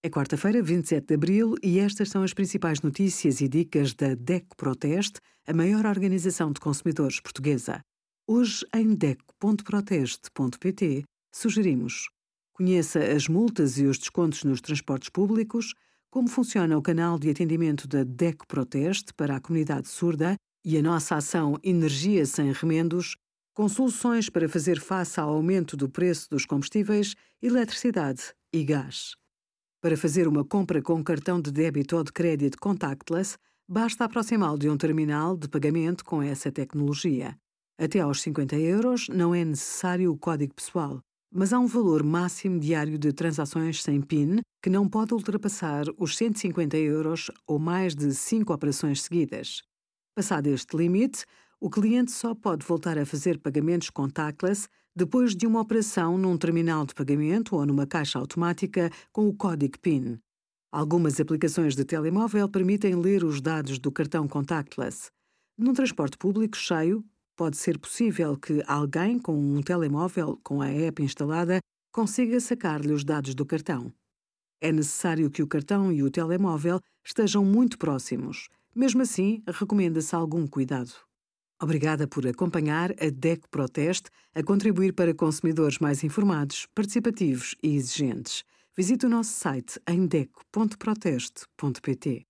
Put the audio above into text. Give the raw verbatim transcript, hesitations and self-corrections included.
É quarta-feira, vinte e sete de abril, e estas são as principais notícias e dicas da D E C Proteste, a maior organização de consumidores portuguesa. Hoje, em D E C ponto proteste ponto pt, sugerimos: conheça as multas e os descontos nos transportes públicos, como funciona o canal de atendimento da D E C Proteste para a comunidade surda e a nossa ação Energia Sem Remendos, com soluções para fazer face ao aumento do preço dos combustíveis, eletricidade e gás. Para fazer uma compra com cartão de débito ou de crédito contactless, basta aproximá-lo de um terminal de pagamento com essa tecnologia. Até aos cinquenta euros não é necessário o código pessoal, mas há um valor máximo diário de transações sem PIN que não pode ultrapassar os cento e cinquenta euros ou mais de cinco operações seguidas. Passado este limite, o cliente só pode voltar a fazer pagamentos contactless depois de uma operação num terminal de pagamento ou numa caixa automática com o código PIN. Algumas aplicações de telemóvel permitem ler os dados do cartão contactless. Num transporte público cheio, pode ser possível que alguém com um telemóvel com a app instalada consiga sacar-lhe os dados do cartão. É necessário que o cartão e o telemóvel estejam muito próximos. Mesmo assim, recomenda-se algum cuidado. Obrigada por acompanhar a D E C Proteste a contribuir para consumidores mais informados, participativos e exigentes. Visite o nosso site em D E C ponto proteste ponto pt.